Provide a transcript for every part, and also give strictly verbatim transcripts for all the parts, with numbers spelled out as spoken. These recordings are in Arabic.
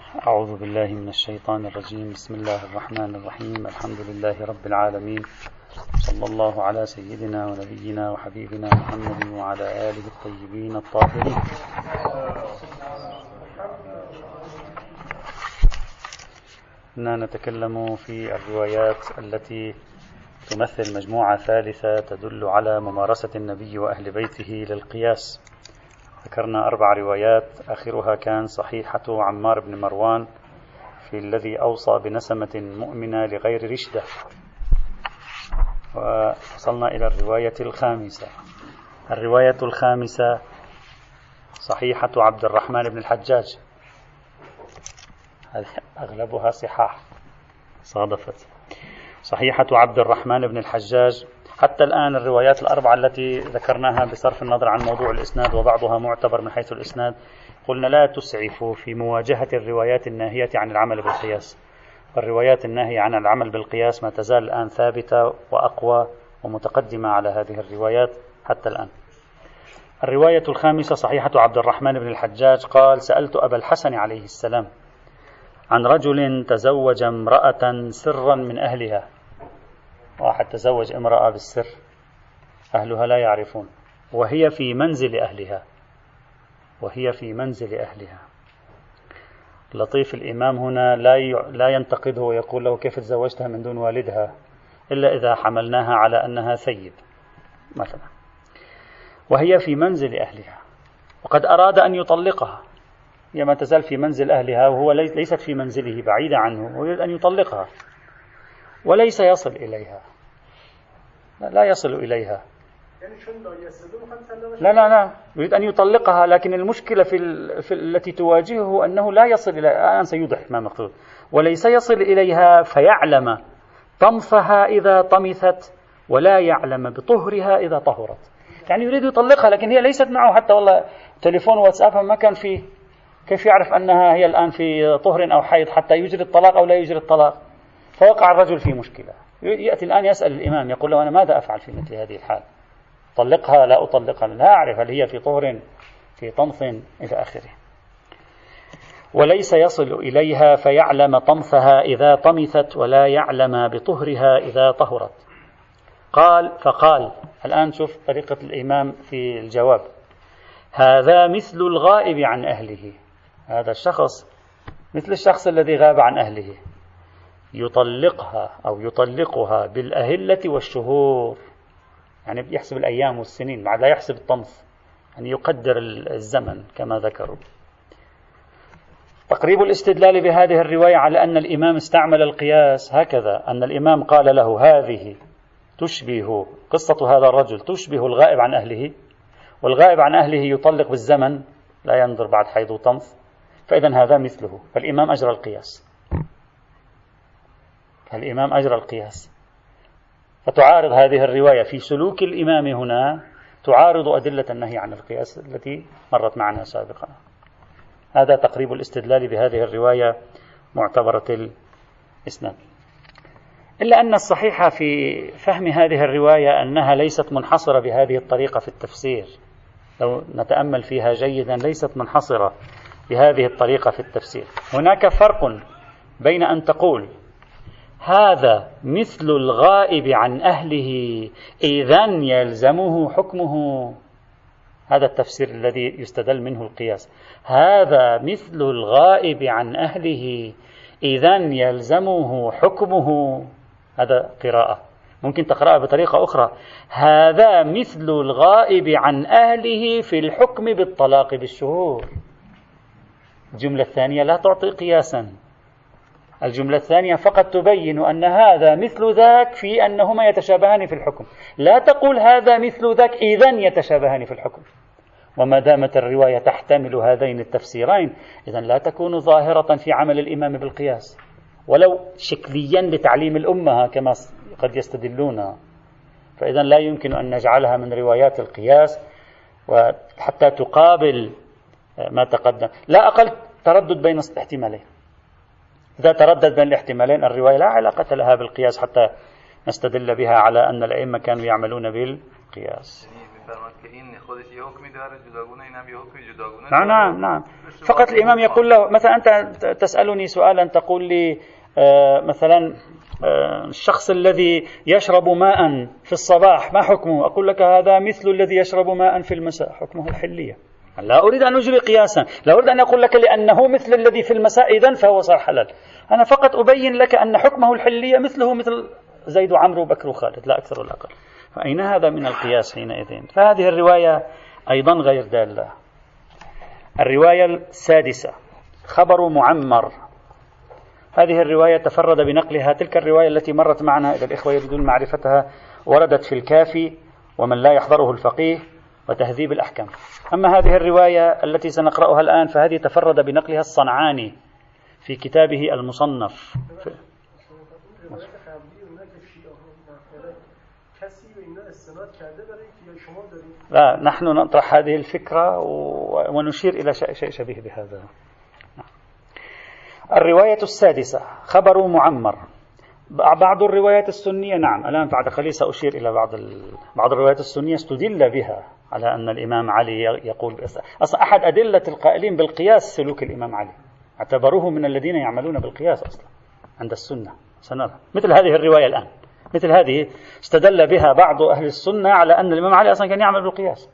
أعوذ بالله من الشيطان الرجيم. بسم الله الرحمن الرحيم. الحمد لله رب العالمين، صلى الله على سيدنا ونبينا وحبيبنا محمد وعلى آله الطيبين الطاهرين. كنا نتكلم في الروايات التي تمثل مجموعة ثالثة تدل على ممارسة النبي وأهل بيته للقياس. ذكرنا أربع روايات، آخرها كان صحيحة عمار بن مروان في الذي أوصى بنسمة مؤمنة لغير رشدة، ووصلنا إلى الرواية الخامسة. الرواية الخامسة صحيحة عبد الرحمن بن الحجاج، أغلبها صحاح صادفت. صحيحة عبد الرحمن بن الحجاج. حتى الآن الروايات الأربعة التي ذكرناها بصرف النظر عن موضوع الإسناد وبعضها معتبر من حيث الإسناد، قلنا لا تسعفوا في مواجهة الروايات الناهية عن العمل بالقياس. والروايات الناهية عن العمل بالقياس ما تزال الآن ثابتة وأقوى ومتقدمة على هذه الروايات حتى الآن. الرواية الخامسة صحيحة عبد الرحمن بن الحجاج قال: سألت أبا الحسن عليه السلام عن رجل تزوج امرأة سرا من أهلها. واحد تزوج امرأة بالسر، أهلها لا يعرفون، وهي في منزل أهلها وهي في منزل أهلها. لطيف الإمام هنا لا لا ينتقده ويقول له كيف تزوجتها من دون والدها، إلا إذا حملناها على أنها ثيب مثلا. وهي في منزل أهلها وقد أراد أن يطلقها، هي ما تزال في منزل أهلها وهو ليست في منزله، بعيدة عنه، ويريد أن يطلقها وليس يصل إليها، لا يصل إليها لا لا لا يريد أن يطلقها، لكن المشكلة في, ال... في التي تواجهه أنه لا يصل إليها. الآن سيوضح ما مقصود. وليس يصل إليها فيعلم طمثها إذا طمثت ولا يعلم بطهرها إذا طهرت. يعني يريد يطلقها لكن هي ليست معه، حتى والله تليفون واتساب ما كان فيه، كيف يعرف أنها هي الآن في طهر أو حيض حتى يجري الطلاق أو لا يجري الطلاق؟ فوقع الرجل في مشكلة. يأتي الآن يسأل الإمام يقول له: أنا ماذا أفعل في مثل هذه الحال؟ طلقها لا أطلقها؟ لا أعرف هل هي في طهر في طمث إلى آخره. وليس يصل إليها فيعلم طمثها إذا طمثت ولا يعلم بطهرها إذا طهرت. قال فقال، الآن شوف طريقة الإمام في الجواب: هذا مثل الغائب عن أهله. هذا الشخص مثل الشخص الذي غاب عن أهله، يطلقها أو يطلقها بالأهلة والشهور، يعني يحسب الأيام والسنين، بعد لا يحسب الطمث، يعني يقدر الزمن كما ذكروا. تقريب الاستدلال بهذه الرواية على أن الإمام استعمل القياس هكذا: أن الإمام قال له: هذه تشبه قصة هذا الرجل تشبه الغائب عن أهله، والغائب عن أهله يطلق بالزمن لا ينظر بعد حيض وطمث، فإذا هذا مثله. فالإمام أجرى القياس الإمام أجرى القياس فتعارض هذه الرواية في سلوك الإمام هنا، تعارض أدلة النهي عن القياس التي مرت معنا سابقا. هذا تقريب الاستدلال بهذه الرواية معتبرة الإسناد. إلا أن الصحيح في فهم هذه الرواية أنها ليست منحصرة بهذه الطريقة في التفسير. لو نتأمل فيها جيدا ليست منحصرة بهذه الطريقة في التفسير. هناك فرق بين أن تقول هذا مثل الغائب عن أهله إذن يلزمه حكمه، هذا التفسير الذي يستدل منه القياس. هذا مثل الغائب عن أهله إذن يلزمه حكمه، هذا قراءة. ممكن تقرأها بطريقة أخرى: هذا مثل الغائب عن أهله في الحكم بالطلاق بالشهور. الجملة الثانية لا تعطي قياسا، الجملة الثانية فقط تبين أن هذا مثل ذاك في أنهما يتشابهان في الحكم. لا تقول هذا مثل ذاك إذن يتشابهان في الحكم. وما دامت الرواية تحتمل هذين التفسيرين، إذن لا تكون ظاهرة في عمل الإمام بالقياس ولو شكليا لتعليم الأمة كما قد يستدلون. فإذن لا يمكن أن نجعلها من روايات القياس وحتى تقابل ما تقدم. لا أقل تردد بين الاحتمالين. إذا تردد بين الاحتمالين الرواية لا علاقة لها بالقياس حتى نستدل بها على أن الأئمة كانوا يعملون بالقياس. نعم نعم نعم فقط الإمام يقول له مثلا أنت تسألني سؤالا تقول لي آه مثلا آه الشخص الذي يشرب ماء في الصباح ما حكمه؟ أقول لك هذا مثل الذي يشرب ماء في المساء، حكمه الحلية. لا أريد أن أجري قياسا، لا أريد أن أقول لك لأنه مثل الذي في المساء إذن فهو صار حلال. أنا فقط أبين لك أن حكمه الحلية مثله مثل زيد وعمرو وبكر وخالد، لا أكثر ولا أقل. فأين هذا من القياس حينئذ؟ فهذه الرواية أيضا غير دالة. الرواية السادسة خبر معمر. هذه الرواية تفرد بنقلها تلك الرواية التي مرت معنا، إذا الإخوة يريدون معرفتها، وردت في الكافي ومن لا يحضره الفقيه وتهذيب الأحكام. أما هذه الرواية التي سنقرأها الآن فهذه تفرد بنقلها الصنعاني في كتابه المصنف. لا، نحن نطرح هذه الفكرة ونشير إلى شيء شبيه بهذا. الرواية السادسة خبر معمر. بعض الروايات السنية، نعم الآن بعد قليل سأشير إلى بعض بعض الروايات السنية استدل بها على أن الإمام علي يقول بأس. أصلا أحد أدلة القائلين بالقياس سلوك الإمام علي، اعتبروه من الذين يعملون بالقياس أصلا عند السنة. سنرى مثل هذه الرواية الآن، مثل هذه استدل بها بعض أهل السنة على أن الإمام علي أصلا كان يعمل بالقياس.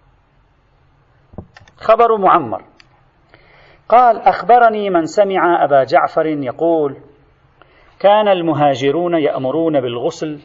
خبر معمر قال: أخبرني من سمع أبا جعفر يقول: كان المهاجرون يأمرون بالغسل.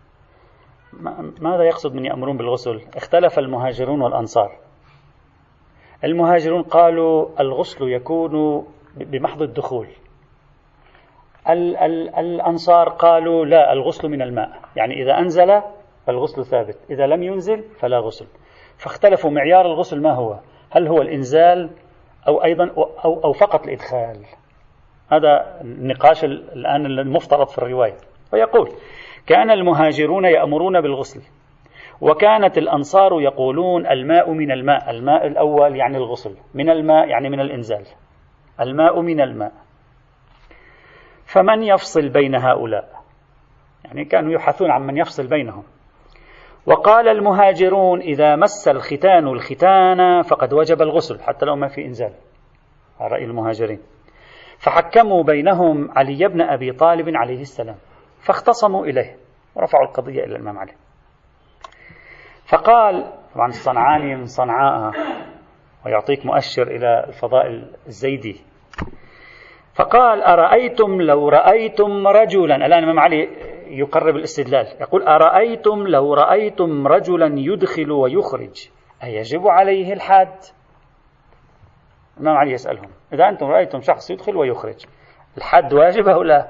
ماذا يقصد من يأمرون بالغسل؟ اختلف المهاجرون والأنصار. المهاجرون قالوا الغسل يكون بمحض الدخول، ال- ال- الأنصار قالوا لا، الغسل من الماء، يعني إذا أنزل فالغسل ثابت، إذا لم ينزل فلا غسل. فاختلفوا معيار الغسل ما هو، هل هو الإنزال أو أيضا أو, أو فقط الإدخال. هذا النقاش الآن المفترض في الرواية. ويقول: كان المهاجرون يأمرون بالغسل، وكانت الأنصار يقولون الماء من الماء. الماء الأول يعني الغسل، من الماء يعني من الإنزال، الماء من الماء. فمن يفصل بين هؤلاء؟ يعني كانوا يبحثون عن من يفصل بينهم. وقال المهاجرون: إذا مس الختان الختان فقد وجب الغسل حتى لو ما في إنزال، على رأي المهاجرين. فحكموا بينهم علي بن أبي طالب عليه السلام، فاختصموا إليه ورفعوا القضية إلى الإمام علي. فقال، طبعا الصنعاني من صنعاء ويعطيك مؤشر إلى الفضائل الزيدي، فقال: أرأيتم لو رأيتم رجلا، الآن الإمام علي يقرب الاستدلال، يقول: أرأيتم لو رأيتم رجلا يدخل ويخرج أيجب عليه الحد؟ الإمام علي يسألهم: إذا أنتم رأيتم شخص يدخل ويخرج الحد واجب أو لا؟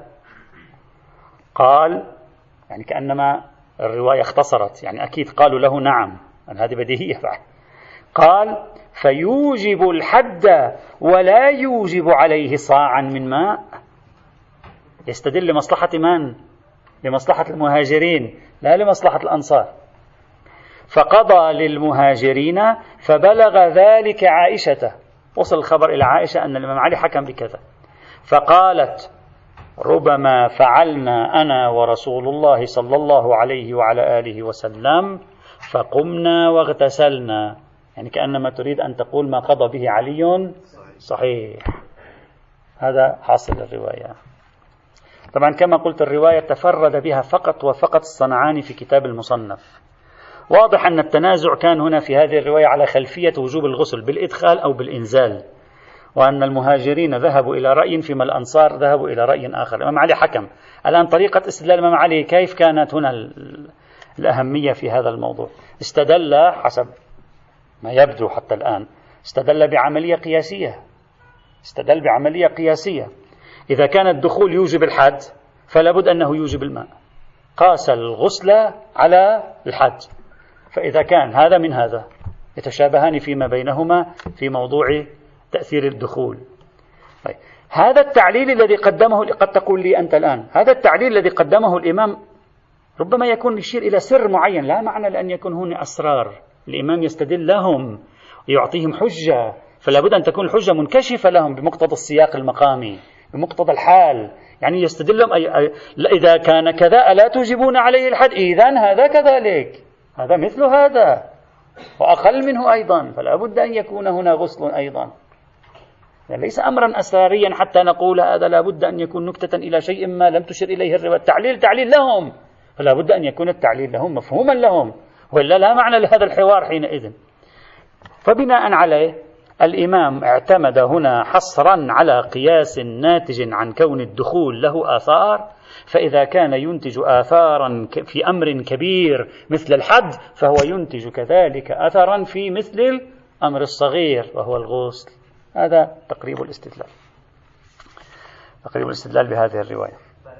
قال، يعني كأنما الرواية اختصرت، يعني أكيد قالوا له نعم، هذه بديهية بعد. قال: فيوجب الحد ولا يوجب عليه صاعا من ماء. يستدل لمصلحة من؟ لمصلحة المهاجرين لا لمصلحة الأنصار. فقضى للمهاجرين فبلغ ذلك عائشة، وصل الخبر إلى عائشة أن الإمام علي حكم بكذا، فقالت: ربما فعلنا أنا ورسول الله صلى الله عليه وعلى آله وسلم فقمنا واغتسلنا. يعني كأنما تريد أن تقول ما قضى به علي صحيح. هذا حاصل الرواية. طبعا كما قلت الرواية تفرد بها فقط وفقط الصنعاني في كتاب المصنف. واضح أن التنازع كان هنا في هذه الرواية على خلفية وجوب الغسل بالإدخال أو بالإنزال، وأن المهاجرين ذهبوا إلى رأي فيما الأنصار ذهبوا إلى رأي آخر. الإمام علي حكم. الآن طريقة استدلال الإمام علي كيف كانت هنا الأهمية في هذا الموضوع؟ استدل حسب ما يبدو حتى الآن، استدل بعملية قياسية. استدل بعملية قياسية. إذا كان الدخول يوجب الحد فلا بد أنه يوجب الماء، قاس الغسل على الحد. فإذا كان هذا من هذا يتشابهان فيما بينهما في موضوع تأثير الدخول. طيب. هذا التعليل الذي قدمه، قد تقول لي أنت الآن، هذا التعليل الذي قدمه الإمام ربما يكون يشير إلى سر معين، لا معنى لأن يكون هنا أسرار. الإمام يستدل لهم ويعطيهم حجة، فلا بد أن تكون الحجة منكشفة لهم بمقتضى السياق المقامي، بمقتضى الحال. يعني يستدل لهم أي أي إذا كان كذا ألا توجبون عليه الحد، إذن هذا كذلك، هذا مثل هذا. وأقل منه أيضا، فلا بد أن يكون هنا غسل أيضا. يعني ليس أمرا أسراريا حتى نقول هذا لا بد أن يكون نكتة إلى شيء ما لم تشر إليه الرواية. التعليل تعليل لهم، فلا بد أن يكون التعليل لهم مفهوما لهم، وإلا لا معنى لهذا الحوار حينئذ. فبناء عليه الإمام اعتمد هنا حصرا على قياس ناتج عن كون الدخول له آثار، فإذا كان ينتج آثارا في أمر كبير مثل الحد فهو ينتج كذلك أثرا في مثل الأمر الصغير وهو الغسل. هذا تقريب الاستدلال، تقريب الاستدلال بهذه الرواية.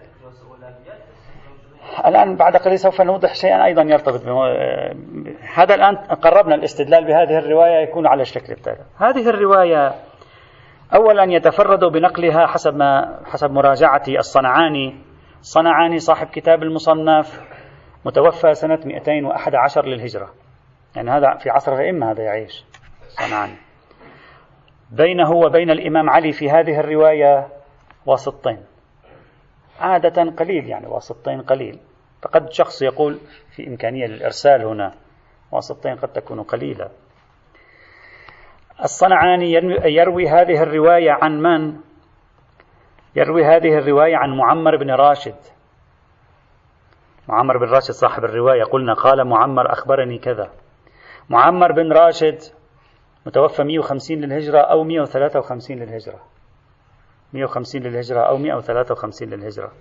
الآن بعد قليل سوف نوضح شيئا أيضا يرتبط بمو... هذا. الآن قربنا الاستدلال بهذه الرواية يكون على الشكل التالي. هذه الرواية أولا يتفرد بنقلها حسب ما حسب مراجعة الصنعاني. الصنعاني صاحب كتاب المصنف متوفى سنة مئتين وأحد عشر للهجرة، يعني هذا في عصر الأئمة هذا يعيش الصنعاني. بينه وبين الإمام علي في هذه الرواية واسطتين، عادة قليل، يعني واسطتين قليل. فقد شخص يقول في إمكانية للإرسال هنا، واسطتين قد تكون قليلة. الصنعاني يروي هذه الرواية عن من؟ يروي هذه الرواية عن معمر بن راشد. معمر بن راشد صاحب الرواية، قلنا قال معمر أخبرني كذا. معمر بن راشد متوفى مئة وخمسين للهجرة أو مئة وثلاثة وخمسين للهجرة، مئة وخمسين للهجرة أو مئة وثلاثة وخمسين للهجرة.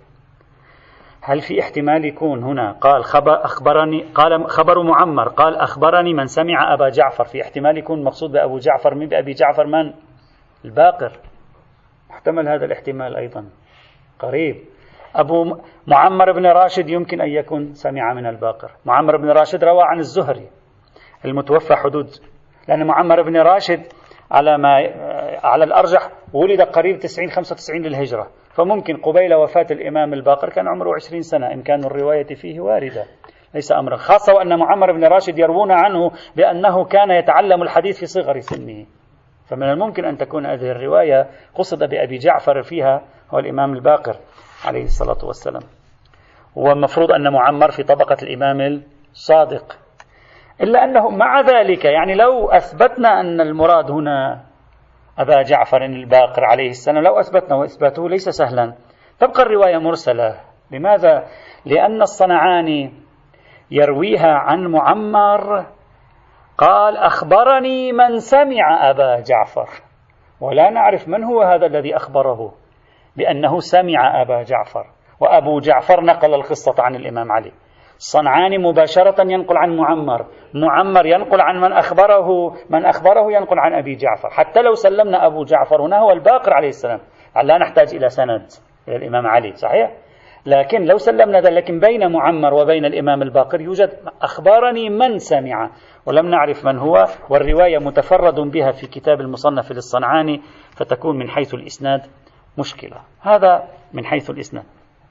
هل في احتمال يكون هنا قال خبر أخبرني، قال خبر معمر قال أخبرني من سمع أبا جعفر، في احتمال يكون مقصود بأبو جعفر من بأبي جعفر من؟ الباقر. محتمل هذا الاحتمال أيضا قريب. أبو معمر بن راشد يمكن أن يكون سمع من الباقر. معمر بن راشد روى عن الزهري المتوفى حدود، لأن معمر بن راشد على ما على الأرجح ولد قريب تسعين خمسة وتسعين للهجرة، فممكن قبيل وفاة الإمام الباقر كان عمره عشرين سنة، إمكان الرواية فيه واردة، ليس أمرا خاصة، وأن معمر بن راشد يروون عنه بأنه كان يتعلم الحديث في صغر سنه، فمن الممكن أن تكون هذه الرواية قصد بأبي جعفر فيها هو الإمام الباقر عليه الصلاة والسلام، والمفروض أن معمر في طبقة الإمام الصادق. إلا أنه مع ذلك يعني لو أثبتنا أن المراد هنا أبا جعفر الباقر عليه السلام، لو أثبتنا، وإثباته ليس سهلا، تبقى الرواية مرسلة. لماذا؟ لأن الصنعاني يرويها عن معمر قال أخبرني من سمع أبا جعفر، ولا نعرف من هو هذا الذي أخبره بأنه سمع أبا جعفر، وأبو جعفر نقل القصة عن الإمام علي. الصنعاني مباشرة ينقل عن معمر، معمر ينقل عن من أخبره، من أخبره ينقل عن أبي جعفر. حتى لو سلمنا أبو جعفر هنا هو الباقر عليه السلام، لا نحتاج إلى سند إلى الإمام علي، صحيح؟ لكن لو سلمنا ذلك، لكن بين معمر وبين الإمام الباقر يوجد أخبرني من سمع، ولم نعرف من هو، والرواية متفرد بها في كتاب المصنف للصنعاني، فتكون من حيث الإسناد مشكلة. هذا من حيث الإسناد.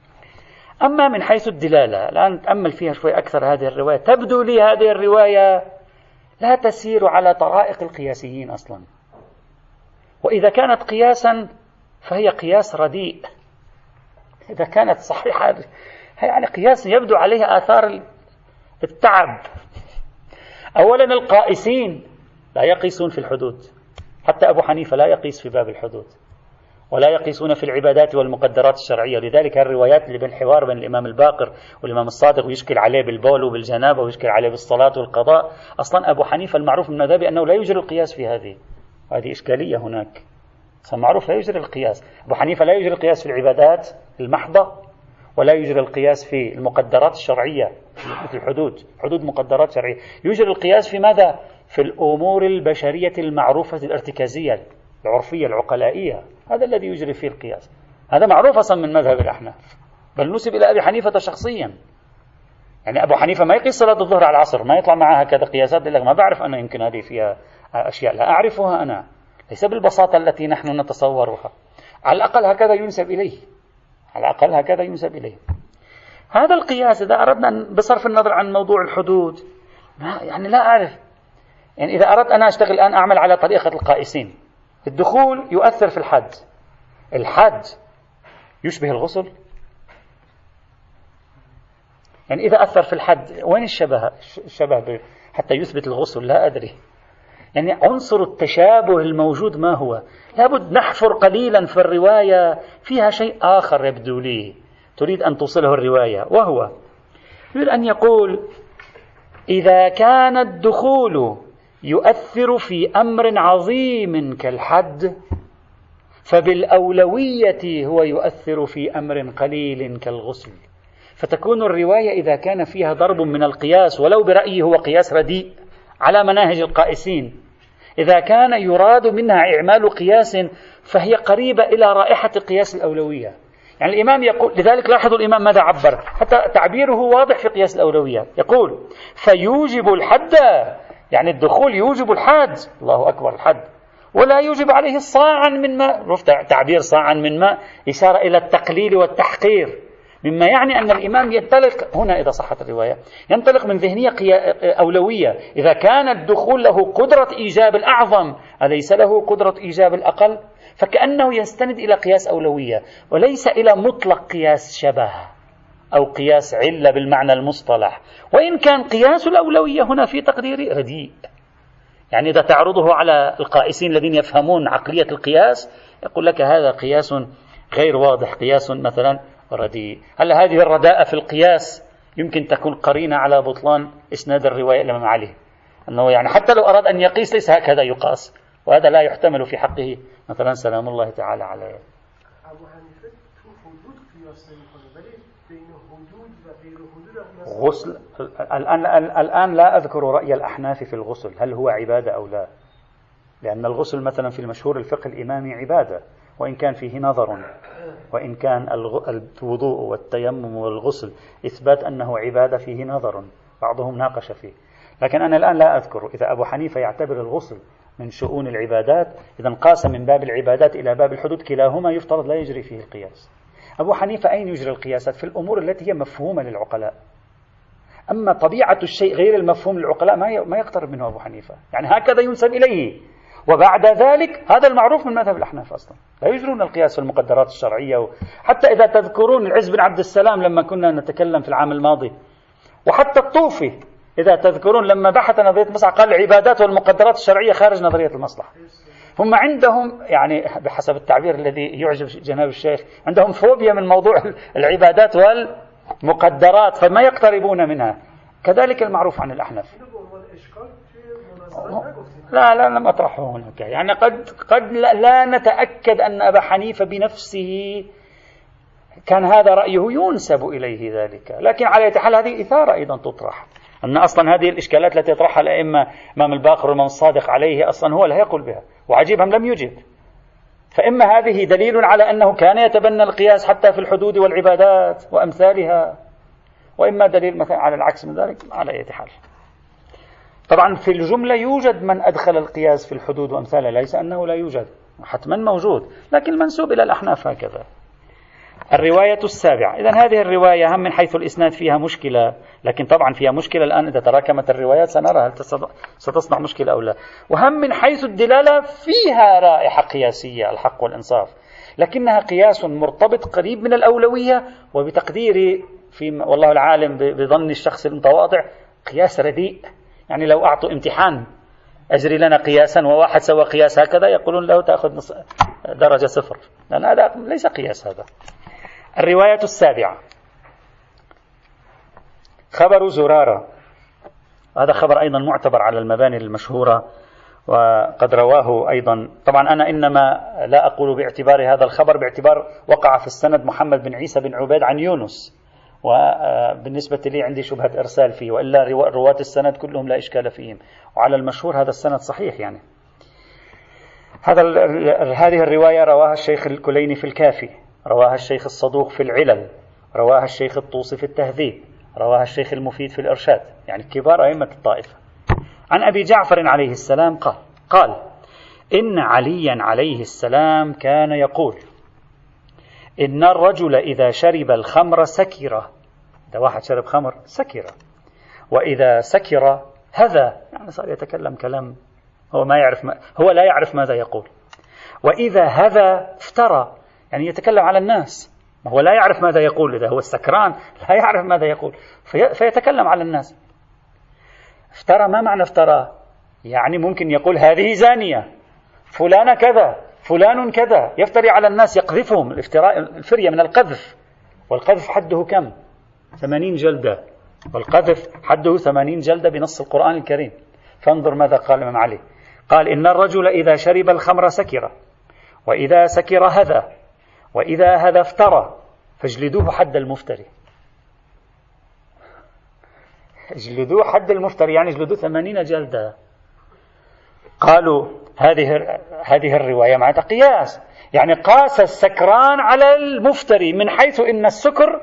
أما من حيث الدلالة، الآن نتأمل فيها شوي أكثر هذه الرواية، تبدو لي هذه الرواية لا تسير على طرائق القياسيين أصلا، وإذا كانت قياسا فهي قياس رديء. إذا كانت صحيحة يعني قياس يبدو عليه آثار التعب. أولا القائسين لا يقيسون في الحدود، حتى أبو حنيفة لا يقيس في باب الحدود، ولا يقيسون في العبادات والمقدرات الشرعية. لذلك الروايات اللي بين الحوار بين الإمام الباقر والإمام الصادق ويشكل عليه بالبول وبالجنابة ويشكل عليه بالصلاة والقضاء، أصلا أبو حنيفة المعروف من مذهبه أنه لا يجري القياس في هذه، هذه إشكالية هناك، معروف لا يجري القياس. أبو حنيفة لا يجري القياس في العبادات المحضة، ولا يجري القياس في المقدرات الشرعية مثل الحدود، حدود مقدرات شرعية. يجري القياس في ماذا؟ في الأمور البشرية المعروفة الارتكازية العرفية العقلائية، هذا الذي يجري فيه القياس. هذا معروف أصلا من مذهب الأحناف، بل نسب إلى أبي حنيفة شخصيا. يعني أبو حنيفة ما يقيس صلاة الظهر على العصر، ما يطلع معها هكذا قياسات، لك ما بعرف أنا، يمكن هذه فيها أشياء لا أعرفها أنا، ليس بالبساطة التي نحن نتصورها. على الأقل هكذا ينسب إليه، على الأقل هكذا ينسب إليه. هذا القياس إذا أردنا بصرف النظر عن موضوع الحدود، يعني لا أعرف، يعني إذا أردت أنا أشتغل الآن أعمل على طريقة القائسين، الدخول يؤثر في الحد، الحد يشبه الغسل، يعني إذا أثر في الحد وين الشبه؟ الشبه حتى يثبت الغسل؟ لا أدري. يعني عنصر التشابه الموجود ما هو؟ لابد نحفر قليلا في الرواية، فيها شيء آخر يبدو لي تريد أن توصله الرواية، وهو يريد أن يقول إذا كان الدخول يؤثر في أمر عظيم كالحد فبالأولوية هو يؤثر في أمر قليل كالغسل. فتكون الرواية إذا كان فيها ضرب من القياس ولو برأيه هو قياس رديء على مناهج القائسين، إذا كان يراد منها إعمال قياس فهي قريبة إلى رائحة قياس الأولوية. يعني الإمام يقول، لذلك لاحظوا الإمام ماذا عبر، حتى تعبيره واضح في قياس الأولوية، يقول فيوجب الحد، يعني الدخول يوجب الحد، الله أكبر، الحد، ولا يوجب عليه صاعا من ماء. رفت تعبير صاعا من ماء إشارة إلى التقليل والتحقير، مما يعني أن الإمام ينطلق هنا إذا صحت الرواية ينطلق من ذهنية أولوية. إذا كان الدخول له قدرة إيجاب الأعظم أليس له قدرة إيجاب الأقل؟ فكأنه يستند إلى قياس أولوية وليس إلى مطلق قياس شبه أو قياس علة بالمعنى المصطلح، وإن كان قياس الأولوية هنا في تقديري رديء. يعني إذا تعرضه على القائسين الذين يفهمون عقلية القياس يقول لك هذا قياس غير واضح، قياس مثلا رديء. هل هذه الرداءة في القياس يمكن تكون قرينة على بطلان إسناد الرواية الإمام علي؟ أنه يعني حتى لو أراد أن يقيس ليس هكذا يقاس، وهذا لا يحتمل في حقه مثلا سلام الله تعالى عليه. غسل الآن الآن لا أذكر رأي الأحناف في الغسل هل هو عبادة أو لا، لأن الغسل مثلا في المشهور الفقه الإمامي عبادة، وإن كان فيه نظر، وإن كان الوضوء والتيمم والغسل إثبات أنه عبادة فيه نظر، بعضهم ناقش فيه، لكن أنا الآن لا أذكر. إذا أبو حنيفة يعتبر الغسل من شؤون العبادات إذا انقاس من باب العبادات إلى باب الحدود، كلاهما يفترض لا يجري فيه القياس. أبو حنيفة أين يجري القياسات؟ في الأمور التي هي مفهومة للعقلاء. أما طبيعة الشيء غير المفهوم للعقلاء ما يقترب منه أبو حنيفة، يعني هكذا ينسب إليه. وبعد ذلك هذا المعروف من مذهب الأحناف أصلا، لا يجرون القياس في المقدرات الشرعية. حتى إذا تذكرون العز بن عبد السلام لما كنا نتكلم في العام الماضي، وحتى الطوفي إذا تذكرون لما بحث نظرية المصلحة قال العبادات والمقدرات الشرعية خارج نظرية المصلحة. هم عندهم يعني بحسب التعبير الذي يعجب جناب الشيخ عندهم فوبيا من موضوع العبادات والمقدرات فما يقتربون منها. كذلك المعروف عن الأحناف. لا لا لم أطرحه هناك، يعني قد قد لا نتأكد أن أبا حنيفة بنفسه كان هذا رأيه ينسب إليه ذلك، لكن على أي حال هذه إثارة أيضا تطرح، أن أصلا هذه الإشكالات التي يطرحها الأئمة إمام الباقر والإمام الصادق عليه أصلا هو لا يقول بها، وعجيبهم لم يجب. فإما هذه دليل على أنه كان يتبنى القياس حتى في الحدود والعبادات وأمثالها، وإما دليل مثلا على العكس من ذلك. على أي حال طبعا في الجملة يوجد من أدخل القياس في الحدود وأمثالها، ليس أنه لا يوجد، حتما موجود، لكن منسوب إلى الأحناف هكذا. الرواية السابعة. إذن هذه الرواية هم من حيث الإسناد فيها مشكلة، لكن طبعا فيها مشكلة الآن إذا تراكمت الروايات سنرى هل ستصنع مشكلة أو لا. وهم من حيث الدلالة فيها رائحة قياسية الحق والإنصاف، لكنها قياس مرتبط قريب من الأولوية، وبتقديري في والله العالم بظن الشخص المتواضع قياس رديء. يعني لو أعطوا امتحان أجري لنا قياسا وواحد سوى قياس هكذا يقولون له تأخذ درجة صفر، لأن هذا ليس قياس. هذا الرواية السابعة. خبر زرارة، هذا خبر أيضا معتبر على المباني المشهورة، وقد رواه أيضا. طبعا أنا إنما لا أقول باعتبار هذا الخبر باعتبار وقع في السند محمد بن عيسى بن عبيد عن يونس، وبالنسبة لي عندي شبهة إرسال فيه، وإلا رواة السند كلهم لا إشكال فيهم، وعلى المشهور هذا السند صحيح. يعني هذا هذه الرواية رواها الشيخ الكليني في الكافي، رواها الشيخ الصدوق في العلل، رواها الشيخ الطوسي في التهذيب، رواها الشيخ المفيد في الإرشاد، يعني كبار أئمة الطائفة. عن أبي جعفر عليه السلام قال قال إن عليا عليه السلام كان يقول إن الرجل إذا شرب الخمر سكر، إذا واحد شرب خمر سكر، وإذا سكر هذا، يعني صار يتكلم كلام هو ما يعرف ما هو لا يعرف ماذا يقول، وإذا هذا افترى، يعني يتكلم على الناس، ما هو لا يعرف ماذا يقول، إذا هو السكران لا يعرف ماذا يقول في فيتكلم على الناس. افترى ما معنى افترى؟ يعني ممكن يقول هذه زانية، فلان كذا، فلان كذا، يفتري على الناس، يقذفهم. الافتراء الفرية من القذف، والقذف حده كم؟ ثمانين جلدة، والقذف حده ثمانين جلدة بنص القرآن الكريم. فانظر ماذا قال الإمام علي، قال إن الرجل إذا شرب الخمر سكر، وإذا سكر هذا، وإذا هذا افترى، فاجلدوه حد المفتري. اجلدوه حد المفتري يعني اجلدوه ثمانين جلدة. قالوا هذه هذه الرواية مع قياس، يعني قاس السكران على المفتري، من حيث إن السكر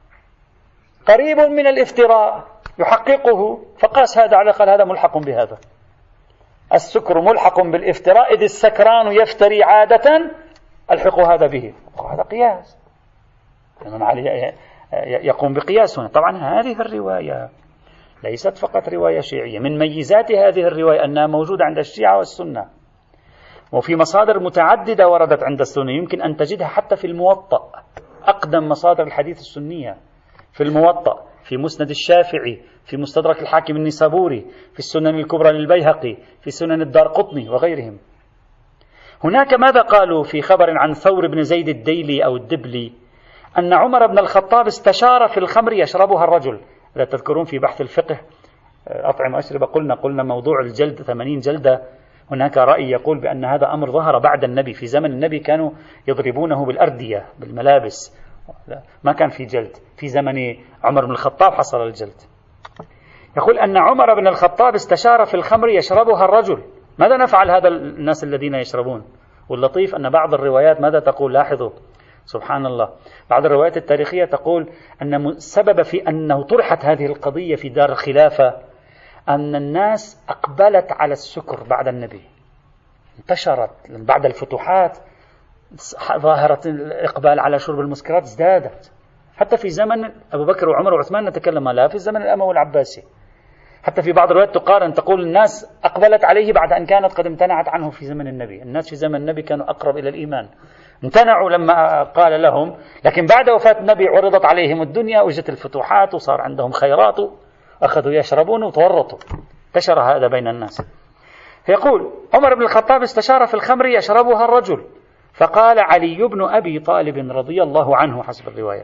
قريب من الافتراء يحققه، فقاس هذا على قال هذا ملحق بهذا. السكر ملحق بالافتراء، إذ السكران يفتري عادة، ألحق هذا به. هذا قياس، الإمام علي يقوم بقياس هنا. طبعا هذه الرواية ليست فقط رواية شيعية، من ميزات هذه الرواية أنها موجودة عند الشيعة والسنة، وفي مصادر متعددة وردت عند السنة. يمكن أن تجدها حتى في الموطأ، أقدم مصادر الحديث السنية في الموطأ، في مسند الشافعي، في مستدرك الحاكم النيسابوري، في السنن الكبرى للبيهقي، في سنن الدارقطني وغيرهم. هناك ماذا قالوا في خبر عن ثور بن زيد الديلي أو الدبلي أن عمر بن الخطاب استشار في الخمر يشربها الرجل. إذا تذكرون في بحث الفقه أطعمة أشربة قلنا قلنا موضوع الجلد ثمانين جلدة، هناك رأي يقول بأن هذا أمر ظهر بعد النبي. في زمن النبي كانوا يضربونه بالأردية بالملابس، ما كان في جلد. في زمن عمر بن الخطاب حصل الجلد. يقول أن عمر بن الخطاب استشار في الخمر يشربها الرجل، ماذا نفعل هذا الناس الذين يشربون؟ واللطيف أن بعض الروايات ماذا تقول؟ لاحظوا سبحان الله، بعض الروايات التاريخية تقول أن السبب في أنه طرحت هذه القضية في دار الخلافة أن الناس أقبلت على السكر بعد النبي، انتشرت بعد الفتوحات، ظاهرة الإقبال على شرب المسكرات ازدادت. حتى في زمن أبو بكر وعمر وعثمان نتكلم، لا في الزمن الأموي العباسي. حتى في بعض الروايات تقارن تقول الناس أقبلت عليه بعد أن كانت قد امتنعت عنه في زمن النبي. الناس في زمن النبي كانوا أقرب إلى الإيمان، امتنعوا لما قال لهم، لكن بعد وفاة النبي عرضت عليهم الدنيا وجت الفتوحات وصار عندهم خيرات، أخذوا يشربون وتورطوا، انتشر هذا بين الناس. يقول عمر بن الخطاب استشار في الخمر يشربها الرجل، فقال علي بن أبي طالب رضي الله عنه حسب الرواية،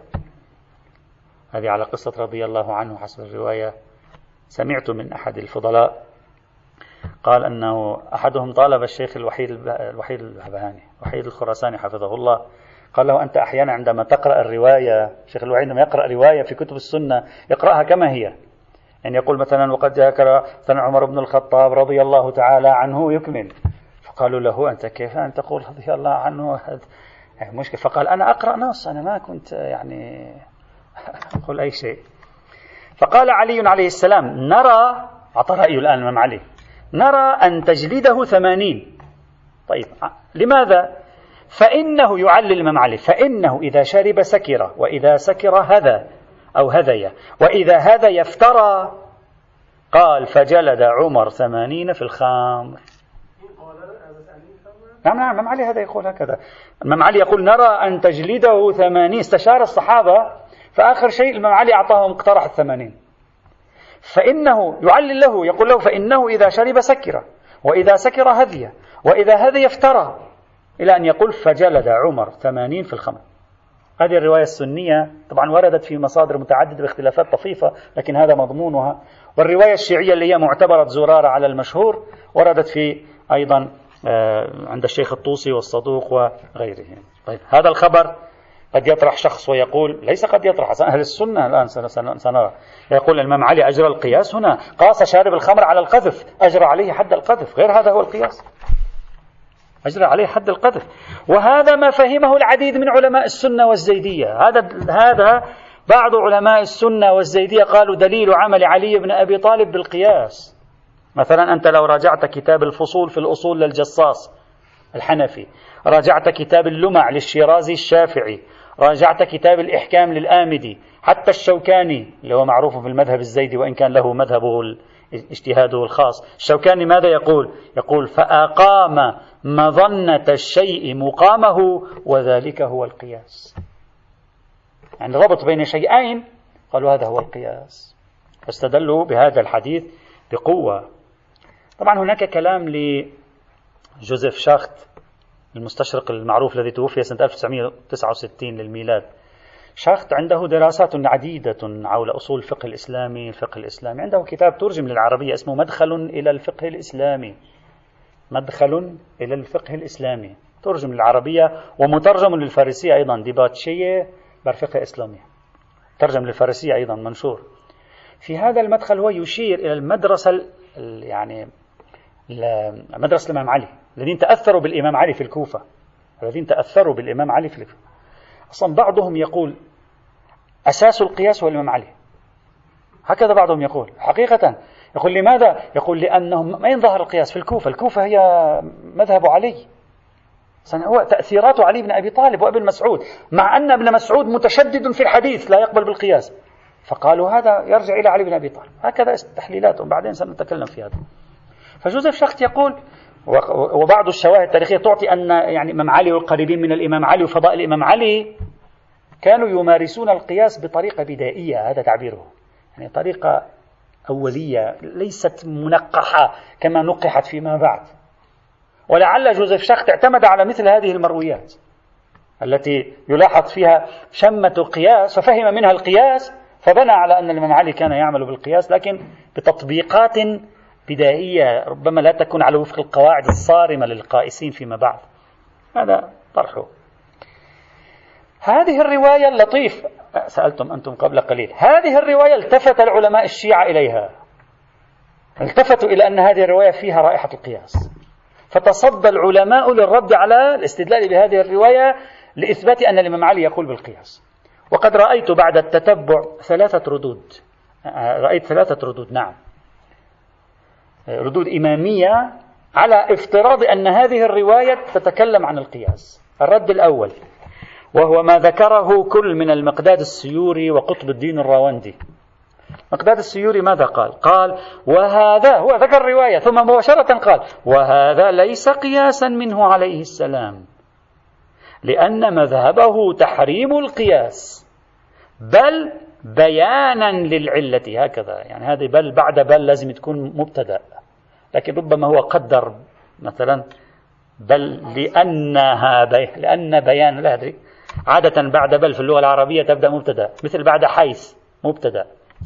هذه على قصة رضي الله عنه حسب الرواية. سمعت من أحد الفضلاء قال أنه أحدهم طالب الشيخ الوحيد الوحيد البهبهاني وحيد الخراساني حفظه الله، قال له أنت أحيانا عندما تقرأ الرواية، الشيخ الوحيد لما يقرأ رواية في كتب السنة يقرأها كما هي، يعني يقول مثلا وقد ذكر مثلا عمر بن الخطاب رضي الله تعالى عنه يكمل، فقالوا له أنت كيف أن تقول رضي الله عنه؟ مشكلة. فقال أنا أقرأ نص، أنا ما كنت يعني أقول أي شيء. فقال علي عليه السلام نرى، أعطى رأيه الآن الإمام علي، نرى أن تجلده ثمانين. طيب لماذا؟ فإنه يعلل الإمام علي، فإنه إذا شرب سكر، وإذا سكر هذا أو هذي، وإذا هذا يفترى. قال فجلد عمر ثمانين في الخمر. نعم نعم الإمام علي هذا يقول هكذا. الإمام علي يقول نرى أن تجلده ثمانين. استشار الصحابة، فآخر شيء الإمام علي أعطاهم اقترح الثمانين. فإنه يعلل له، يقول له فإنه إذا شرب سكر، وإذا سكر هذي، وإذا هذا يفترى، إلى أن يقول فجلد عمر ثمانين في الخمر. هذه الرواية السنية طبعا وردت في مصادر متعددة باختلافات طفيفة، لكن هذا مضمونها. والرواية الشيعية اللي هي معتبرة زرارة على المشهور وردت في أيضا عند الشيخ الطوسي والصدوق وغيرهم. طيب هذا الخبر قد يطرح شخص ويقول، ليس قد يطرح، أهل السنة الآن سنرى، يقول الإمام علي أجرى القياس هنا، قاس شارب الخمر على القذف، أجرى عليه حد القذف، غير هذا هو القياس، أجرى عليه حد القذف. وهذا ما فهمه العديد من علماء السنة والزيدية. هذا هذا بعض علماء السنة والزيدية قالوا دليل عمل علي بن أبي طالب بالقياس. مثلا أنت لو راجعت كتاب الفصول في الأصول للجصاص الحنفي، راجعت كتاب اللمع للشيرازي الشافعي، راجعت كتاب الإحكام للآمدي، حتى الشوكاني اللي هو معروف في المذهب الزيدي وإن كان له مذهبه اجتهاده الخاص، الشوكاني ماذا يقول؟ يقول فأقام مظنة الشيء مقامه وذلك هو القياس. يعني ربط بين شيئين قالوا هذا هو القياس، فاستدلوا بهذا الحديث بقوة. طبعا هناك كلام لجوزيف شاخت المستشرق المعروف الذي توفي سنة ألف وتسعمئة وتسعة وستين للميلاد. شاخت عنده دراسات عديدة حول أصول الفقه الإسلامي. الفقه الإسلامي عنده كتاب ترجم للعربية اسمه مدخل إلى الفقه الإسلامي. مدخل إلى الفقه الإسلامي ترجم للعربية ومترجم للفارسية أيضا، ديباتشية برفقه إسلامي، ترجم للفارسية أيضا منشور. في هذا المدخل هو يشير إلى المدرسة يعني مدرسة الإمام علي الذين تأثروا بالإمام علي في الكوفة، الذين تأثروا بالإمام علي في الكوفة. أصلا بعضهم يقول أساس القياس هو الإمام علي، هكذا بعضهم يقول. حقيقة يقول لماذا؟ يقول لأنهم ما ظهر القياس في الكوفة، الكوفة هي مذهب علي، هو تأثيرات علي بن أبي طالب وابن مسعود، مع أن ابن مسعود متشدد في الحديث لا يقبل بالقياس، فقالوا هذا يرجع إلى علي بن أبي طالب. هكذا تحليلاتهم، بعدين سنتكلم في هذا. فجوزيف شاخت يقول، وبعض الشواهد التاريخية تعطي أن يعني إمام علي والقريبين من الإمام علي وفضائل الإمام علي كانوا يمارسون القياس بطريقة بدائية، هذا تعبيره، يعني طريقة أولية ليست منقحة كما نقحت فيما بعد. ولعل جوزيف شاخت اعتمد على مثل هذه المرويات التي يلاحظ فيها شمة القياس ففهم منها القياس، فبنى على أن الإمام علي كان يعمل بالقياس لكن بتطبيقات بدائية ربما لا تكون على وفق القواعد الصارمة للقائسين فيما بعد. هذا طرحه. هذه الرواية اللطيف سألتم أنتم قبل قليل، هذه الرواية التفت العلماء الشيعة إليها، التفتوا إلى أن هذه الرواية فيها رائحة القياس، فتصدى العلماء للرد على الاستدلال بهذه الرواية لإثبات أن الإمام علي يقول بالقياس. وقد رأيت بعد التتبع ثلاثة ردود، رأيت ثلاثة ردود، نعم، ردود إمامية على افتراض أن هذه الرواية تتكلم عن القياس. الرد الأول وهو ما ذكره كل من المقداد السيوري وقطب الدين الراوندي. مقداد السيوري ماذا قال؟ قال وهذا، هو ذكر الرواية ثم مباشرة قال وهذا ليس قياسا منه عليه السلام، لأن مذهبه تحريم القياس بل بيانا للعلة. هكذا يعني هذه بل بعد بل لازم تكون مبتدأ، لكن ربما هو قدر مثلا بل لأنها بي... لأن بيان، لا أدري، عادة بعد بل في اللغة العربية تبدأ مبتدأ، مثل بعد حيث مبتدأ.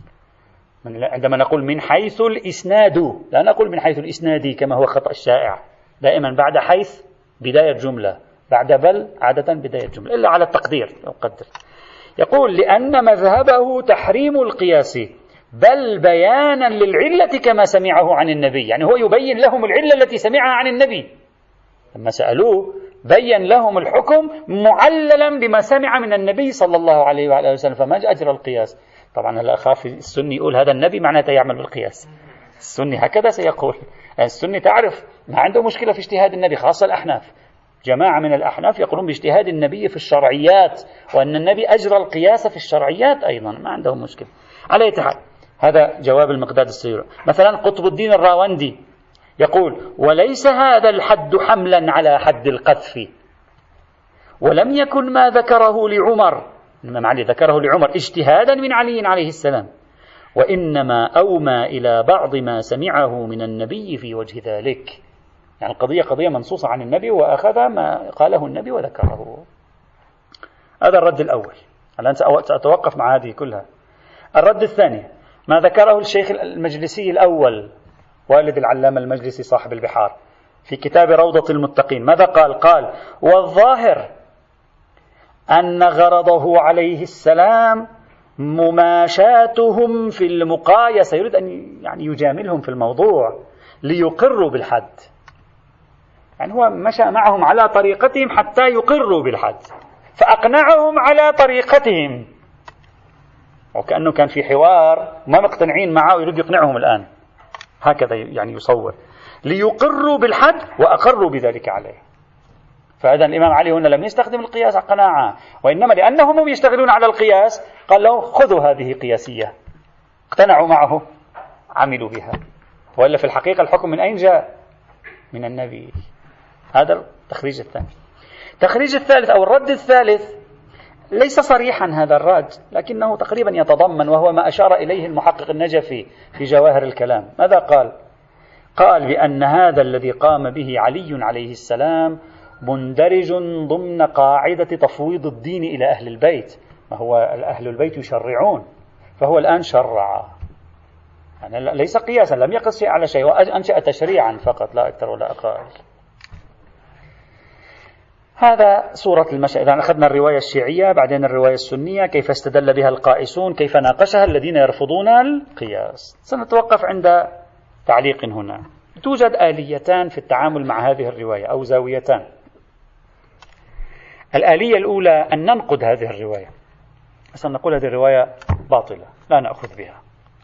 عندما نقول من حيث الإسناد لا نقول من حيث الإسناد كما هو خطأ الشائع، دائما بعد حيث بداية جملة، بعد بل عادة بداية جملة، إلا على التقدير يقدر. يقول لأن مذهبه تحريم القياس بل بيانا للعلة كما سمعه عن النبي، يعني هو يبين لهم العلة التي سمعها عن النبي. لما سألوه بين لهم الحكم معللا بما سمع من النبي صلى الله عليه وعلى وسلم، فما أجرى القياس. طبعا هلا أخاف السني يقول هذا النبي معناته يعمل بالقياس، السني هكذا سيقول، يعني السني تعرف ما عنده مشكلة في اجتهاد النبي، خاصة الأحناف، جماعة من الأحناف يقولون باجتهاد النبي في الشرعيات، وأن النبي أجرى القياس في الشرعيات أيضا، ما عندهم مشكلة. على أي حال هذا جواب المقداد السيوري. مثلا قطب الدين الراوندي يقول وليس هذا الحد حملا على حد القذف، ولم يكن ما ذكره لعمر، الإمام علي ذكره لعمر اجتهادا من علي عليه السلام، وإنما أومى إلى بعض ما سمعه من النبي في وجه ذلك، يعني القضية قضية منصوصة عن النبي وأخذ ما قاله النبي وذكره. هذا الرد الأول، الآن سأتوقف مع هذه كلها. الرد الثاني ما ذكره الشيخ المجلسي الأول والد العلامة المجلسي صاحب البحار في كتاب روضة المتقين. ماذا قال؟ قال والظاهر أن غرضه عليه السلام مماشاتهم في المقايسة، يريد أن يعني يجاملهم في الموضوع ليقروا بالحد، يعني هو مشى معهم على طريقتهم حتى يقروا بالحد، فأقنعهم على طريقتهم، وكأنه كان في حوار ما مقتنعين معه يريد يقنعهم الآن، هكذا يعني يصور، ليقروا بالحد وأقروا بذلك عليه. فإذا الإمام علي هنا لم يستخدم القياس قناعة، وإنما لأنهم يشتغلون على القياس قال له خذوا هذه قياسية، اقتنعوا معه عملوا بها، وإلا في الحقيقة الحكم من أين جاء؟ من النبي. هذا التخريج الثاني. التخريج الثالث أو الرد الثالث ليس صريحا هذا الرد، لكنه تقريبا يتضمن، وهو ما أشار إليه المحقق النجفي في جواهر الكلام. ماذا قال؟ قال بأن هذا الذي قام به علي عليه السلام مندرج ضمن قاعدة تفويض الدين إلى أهل البيت، ما هو أهل البيت يشرعون، فهو الآن شرع، يعني ليس قياسا، لم يقص شيء على شيء، وأنشأ تشريعا فقط لا أكثر ولا أقل. هذا صورة المشهد. إذا أخذنا الرواية الشيعية، بعدين الرواية السنية، كيف استدل بها القائسون، كيف ناقشها الذين يرفضون القياس. سنتوقف عند تعليق هنا. توجد آليتان في التعامل مع هذه الرواية، أو زاويتان. الآلية الأولى أن ننقد هذه الرواية، أصلا نقول هذه الرواية باطلة لا نأخذ بها.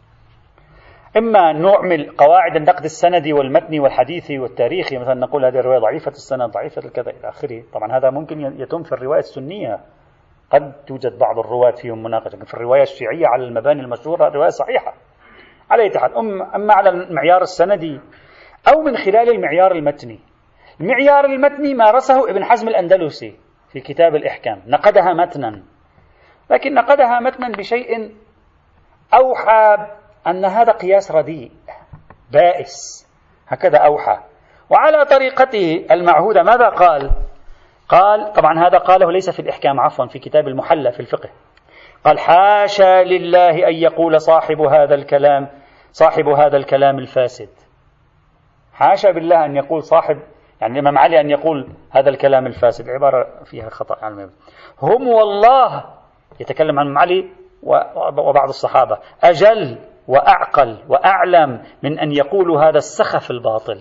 إما نعمل قواعد النقد السندي والمتني والحديثي والتاريخي، مثلا نقول هذه الرواية ضعيفة السند، ضعيفة الكذا إلى آخره. طبعا هذا ممكن يتم في الرواية السنية، قد توجد بعض الرواة فيهم مناقشة، لكن في الرواية الشيعية على المباني المشهورة الرواية صحيحة على أي حال. أما على المعيار السندي أو من خلال المعيار المتني. المعيار المتني مارسه ابن حزم الأندلسي في كتاب الإحكام، نقدها متنا، لكن نقدها متنا بشيء أوحى أن هذا قياس رديء بائس، هكذا أوحى. وعلى طريقته المعهودة ماذا قال؟ قال، طبعا هذا قاله ليس في الإحكام، عفوا في كتاب المحلى في الفقه، قال: حاشا لله أن يقول صاحب هذا الكلام صاحب هذا الكلام الفاسد. حاشا بالله أن يقول صاحب، يعني الإمام علي أن يقول هذا الكلام الفاسد، عبارة فيها خطأ علمي. هم والله، يتكلم عن علي وبعض الصحابة، أجل وأعقل وأعلم من أن يقولوا هذا السخف الباطل.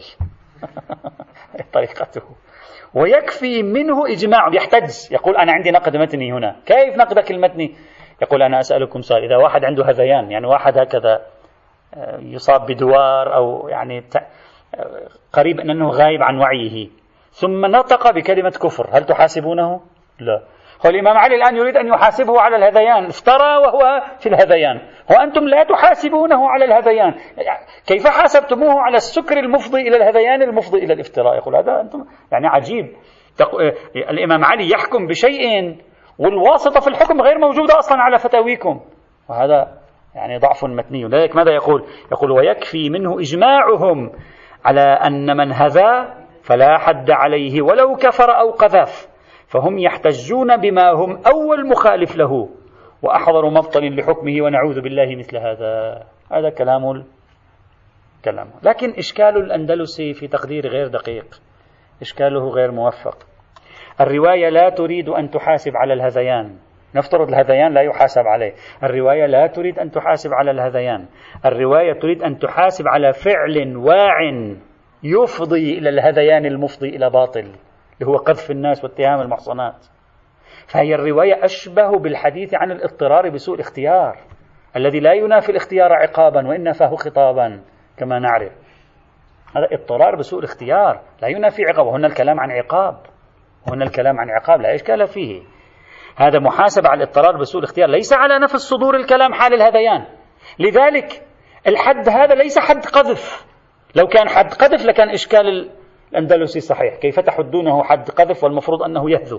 طريقته. ويكفي منه إجماع، يحتج، يقول أنا عندي نقد متني هنا. كيف نقدك المتني؟ يقول أنا أسألكم سؤال، إذا واحد عنده هذيان، يعني واحد هكذا يصاب بدوار أو يعني قريب أنه غايب عن وعيه، ثم نطق بكلمة كفر، هل تحاسبونه؟ لا. هو الإمام علي الآن يريد أن يحاسبه على الهذيان، افترى وهو في الهذيان، وأنتم لا تحاسبونه على الهذيان، كيف حاسبتموه على السكر المفضي إلى الهذيان المفضي إلى الافتراء؟ يقول هذا أنتم يعني عجيب. الإمام علي يحكم بشيء والواسطة في الحكم غير موجودة أصلا على فتاويكم، وهذا يعني ضعف متني. لذلك ماذا يقول؟ يقول: ويكفي منه إجماعهم على أن من هذا فلا حد عليه ولو كفر أو قذف، فهم يحتجون بما هم أول مخالف له وأحضر مبطل لحكمه، ونعوذ بالله مثل هذا. هذا كلام كلامه. لكن إشكال الأندلسي في تقدير غير دقيق، إشكاله غير موفق. الرواية لا تريد أن تحاسب على الهذيان، نفترض الهذيان لا يحاسب عليه. الرواية لا تريد أن تحاسب على الهذيان، الرواية تريد أن تحاسب على فعل واع يفضي إلى الهذيان المفضي إلى باطل، اللي هو قذف الناس واتهام المحصنات. فهي الرواية أشبه بالحديث عن الاضطرار بسوء الاختيار، الذي لا ينافي الاختيار عقابا وإن نفاه خطابا كما نعرف. هذا اضطرار بسوء الاختيار لا ينافي عقاب، وهنا الكلام عن عقاب، وهنا الكلام عن عقاب لا إشكال فيه. هذا محاسبة على الاضطرار بسوء الاختيار، ليس على نفس صدور الكلام حال الهذيان. لذلك الحد هذا ليس حد قذف، لو كان حد قذف لكان إشكال الأندلسي صحيح، كيف تحدونه حد قذف والمفروض أنه يهذو؟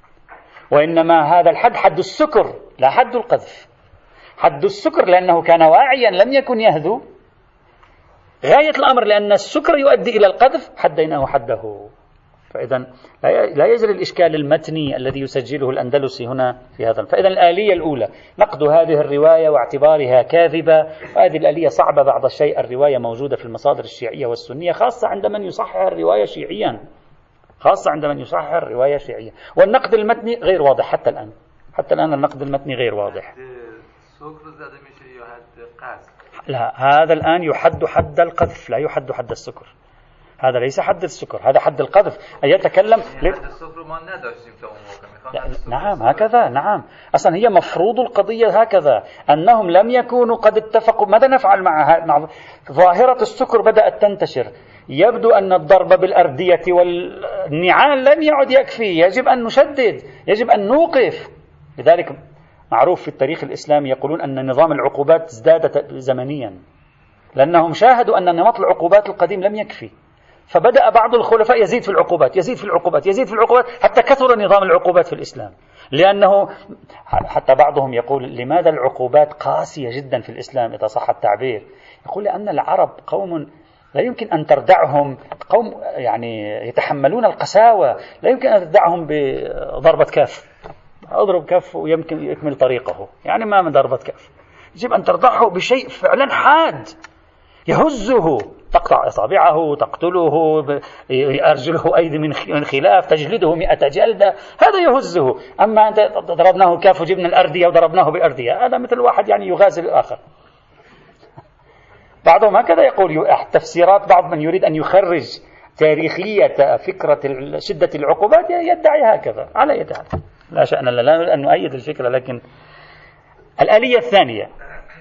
وإنما هذا الحد حد السكر لا حد القذف. حد السكر لأنه كان واعيا لم يكن يهذو، غاية الأمر لأن السكر يؤدي إلى القذف حديناه حده. فإذا لا يجري الإشكال المتني الذي يسجله الأندلسي هنا في هذا. فإذا الآلية الأولى نقد هذه الرواية واعتبارها كاذبة، وهذه الآلية صعبة بعض الشيء. الرواية موجودة في المصادر الشيعية والسنية، خاصة عند من يصحح الرواية شيعيا، خاصة عند من يصحح الرواية شيعيا. والنقد المتني غير واضح حتى الآن، حتى الآن النقد المتني غير واضح. لا، هذا الآن يحد حد القذف، لا يحد حد السكر. هذا ليس حد السكر، هذا حد القذف. أن يتكلم ل... نعم هكذا، نعم أصلا هي مفروض القضية هكذا، أنهم لم يكونوا قد اتفقوا. ماذا نفعل مع, مع ظاهرة السكر بدأت تنتشر؟ يبدو أن الضرب بالأردية والنعال لم يعد يكفي، يجب أن نشدد، يجب أن نوقف. لذلك معروف في التاريخ الإسلامي يقولون أن نظام العقوبات ازداد زمنيا، لأنهم شاهدوا أن نمط العقوبات القديم لم يكفي، فبدأ بعض الخلفاء يزيد في العقوبات يزيد في العقوبات يزيد في العقوبات حتى كثر نظام العقوبات في الإسلام، لأنه حتى بعضهم يقول لماذا العقوبات قاسية جدا في الإسلام إذا صح التعبير؟ يقول لأن العرب قوم لا يمكن أن تردعهم، قوم يعني يتحملون القساوة، لا يمكن أن تردعهم بضربة كف، أضرب كف ويمكن يكمل طريقه، يعني ما من ضربة كف، يجب أن تردعه بشيء فعلا حاد يهزه، تقطع أصابعه، تقتله، أرجله أيدي من خلاف، تجلده مئة جلدة، هذا يهزه. أما أنت ضربناه كاف وجبنا الأردية وضربناه بأردية، هذا مثل واحد يعني يغازل الآخر. بعضهم هكذا يقول، تفسيرات بعض من يريد أن يخرج تاريخية فكرة شدة العقوبات يدعي هكذا على يد هذا. لا شأن لنا، لا نريد أن نؤيد الفكرة، لكن الآلية الثانية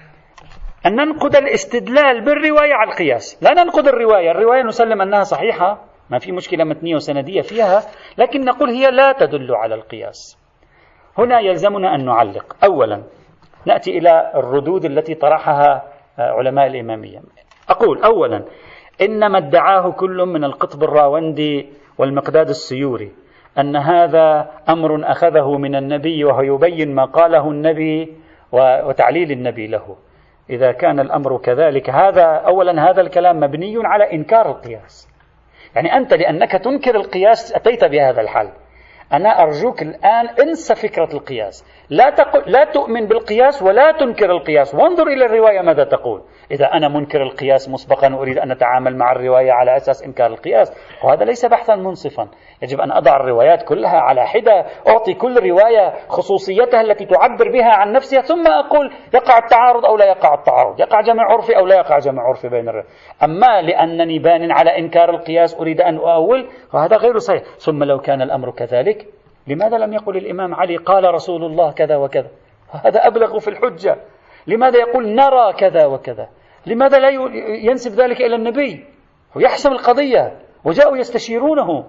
أن ننقد الاستدلال بالرواية على القياس، لا ننقد الرواية، الرواية نسلم أنها صحيحة ما في مشكلة متنية وسندية فيها، لكن نقول هي لا تدل على القياس. هنا يلزمنا أن نعلق. أولا نأتي إلى الردود التي طرحها علماء الإمامية. أقول أولا إن ما ادعاه كل من القطب الراوندي والمقداد السيوري أن هذا أمر أخذه من النبي وهو يبين ما قاله النبي وتعليل النبي له، إذا كان الأمر كذلك، هذا أولا هذا الكلام مبني على إنكار القياس. يعني أنت لأنك تنكر القياس أتيت بهذا الحل. أنا أرجوك الآن انسى فكرة القياس، لا تقل لا تؤمن بالقياس ولا تنكر القياس، وانظر إلى الرواية ماذا تقول. إذا أنا منكر القياس مسبقا وأريد أن أتعامل مع الرواية على أساس إنكار القياس، وهذا ليس بحثا منصفا. يجب أن أضع الروايات كلها على حدة، أعطي كل رواية خصوصيتها التي تعبر بها عن نفسها، ثم أقول يقع التعارض أو لا يقع التعارض، يقع جمع عرفي أو لا يقع جمع عرفي بين الروايات. أما لأنني بان على إنكار القياس أريد أن أؤول، وهذا غير صحيح. ثم لو كان الأمر كذلك، لماذا لم يقل الإمام علي قال رسول الله كذا وكذا؟ هذا أبلغ في الحجة. لماذا يقول نرى كذا وكذا؟ لماذا لا ينسب ذلك إلى النبي ويحسم القضية وجاءوا يستشيرونه؟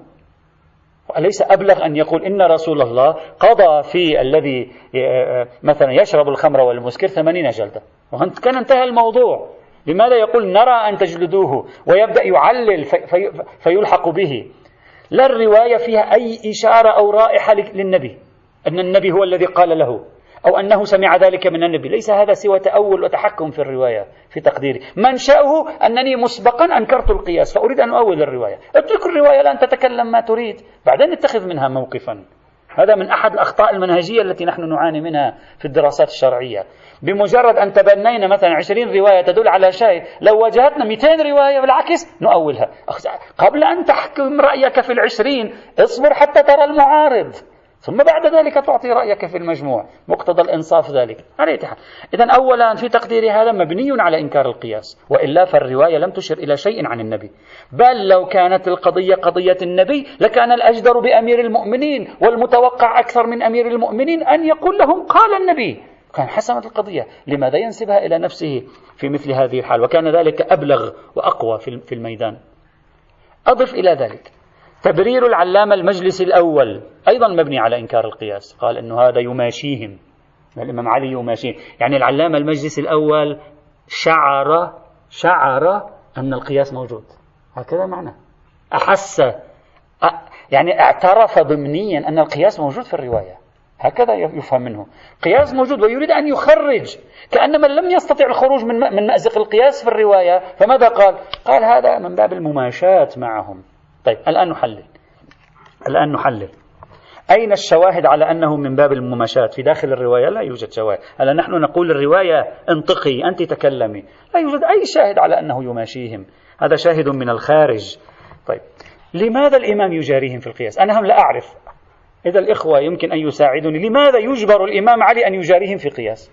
أليس أبلغ أن يقول إن رسول الله قضى في الذي مثلا يشرب الخمر والمسكر ثمانين جلدة، وكان انتهى الموضوع. لماذا يقول نرى أن تجلدوه ويبدأ يعلل في في فيلحق به؟ لا الرواية فيها أي إشارة أو رائحة للنبي أن النبي هو الذي قال له أو أنه سمع ذلك من النبي. ليس هذا سوى تأول وتحكم في الرواية في تقديري. منشأه أنني مسبقا أنكرت القياس فأريد أن أؤول الرواية. اترك الرواية لأن تتكلم ما تريد، بعدين اتخذ منها موقفا. هذا من أحد الأخطاء المنهجية التي نحن نعاني منها في الدراسات الشرعية. بمجرد أن تبنينا مثلا عشرين رواية تدل على شيء، لو واجهتنا مئتين رواية بالعكس نؤولها. قبل أن تحكم رأيك في العشرين اصبر حتى ترى المعارض، ثم بعد ذلك تعطي رأيك في المجموع، مقتضى الإنصاف ذلك. إذن أولا في تقديري هذا مبني على إنكار القياس، وإلا فالرواية لم تشر إلى شيء عن النبي. بل لو كانت القضية قضية النبي لكان الأجدر بأمير المؤمنين والمتوقع أكثر من أمير المؤمنين أن يقول لهم قال النبي، كان حسمت القضية. لماذا ينسبها إلى نفسه في مثل هذه الحال؟ وكان ذلك أبلغ وأقوى في الميدان. أضف إلى ذلك تبرير العلامة المجلس الأول أيضا مبني على إنكار القياس، قال إنه هذا يماشيهم، الإمام علي يماشيهم. يعني العلامة المجلس الأول شعر شعر أن القياس موجود، هكذا معنى أحس، يعني اعترف ضمنيا أن القياس موجود في الرواية، هكذا يفهم منه. قياس موجود ويريد أن يخرج، كأن من لم يستطع الخروج من من مأزق القياس في الرواية، فماذا قال؟ قال هذا من باب المماشاة معهم. طيب الآن نحلل الآن نحلل أين الشواهد على أنه من باب المماشاة؟ في داخل الرواية لا يوجد شواهد. هلا نحن نقول الرواية انطقي أنت تكلمي، لا يوجد أي شاهد على أنه يماشيهم، هذا شاهد من الخارج. طيب لماذا الإمام يجاريهم في القياس؟ أنا هم لا أعرف، إذا الإخوة يمكن أن يساعدوني. لماذا يجبر الإمام علي أن يجاريهم في قياس؟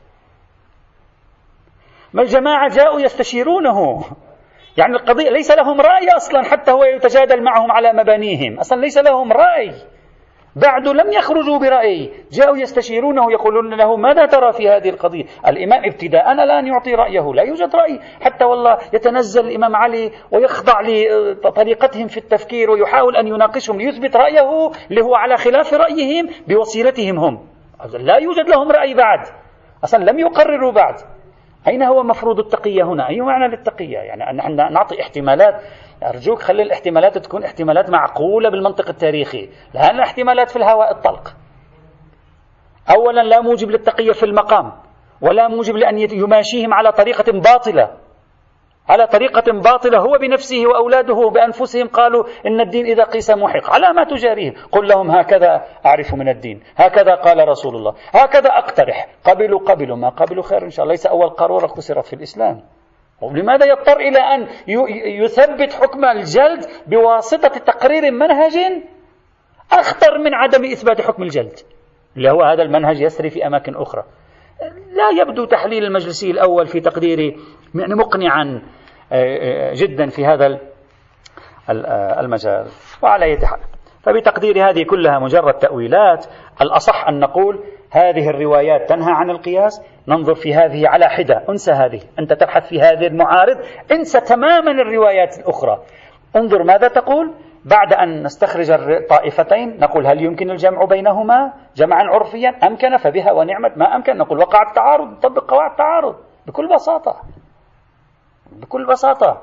ما الجماعة جاءوا يستشيرونه، يعني القضية ليس لهم رأي أصلا، حتى هو يتجادل معهم على مبانيهم، أصلا ليس لهم رأي، بعد لم يخرجوا برأي، جاءوا يستشيرونه يقولون له ماذا ترى في هذه القضية؟ الإمام ابتداء الآن يعطي رأيه، لا يوجد رأي، حتى والله يتنزل الإمام علي ويخضع لطريقتهم في التفكير ويحاول أن يناقشهم ليثبت رأيه اللي هو على خلاف رأيهم بوسيلتهم هم. لا يوجد لهم رأي بعد، أصلا لم يقرروا بعد. أين هو مفروض التقية هنا؟ أي معنى للتقية؟ يعني نحن نعطي احتمالات، أرجوك خلي الاحتمالات تكون احتمالات معقولة بالمنطق التاريخي، لا الاحتمالات في الهواء الطلق. أولا لا موجب للتقية في المقام، ولا موجب لأن يماشيهم على طريقة باطلة، على طريقة باطلة. هو بنفسه وأولاده بأنفسهم قالوا إن الدين إذا قيس محق. على ما تجاريهم؟ قل لهم هكذا أعرف من الدين، هكذا قال رسول الله، هكذا أقترح. قبلوا قبلوا، ما قبلوا خير إن شاء الله. ليس أول قارورة كسرت في الإسلام. ولماذا يضطر إلى أن يثبت حكم الجلد بواسطة تقرير منهج أخطر من عدم إثبات حكم الجلد، اللي هو هذا المنهج يسري في أماكن أخرى؟ لا يبدو تحليل المجلسي الأول في تقديري مقنعا جدا في هذا المجال. وعلى أي حال فبتقدير هذه كلها مجرد تأويلات. الأصح أن نقول هذه الروايات تنهى عن القياس، ننظر في هذه على حدة، انسى هذه، أنت تبحث في هذه المعارض، انسى تماما الروايات الأخرى، انظر ماذا تقول. بعد أن نستخرج الطائفتين نقول هل يمكن الجمع بينهما جمعا عرفيا؟ أمكن فبها ونعمت، ما أمكن نقول وقع التعارض، نطبق قواعد التعارض بكل بساطة، بكل بساطة.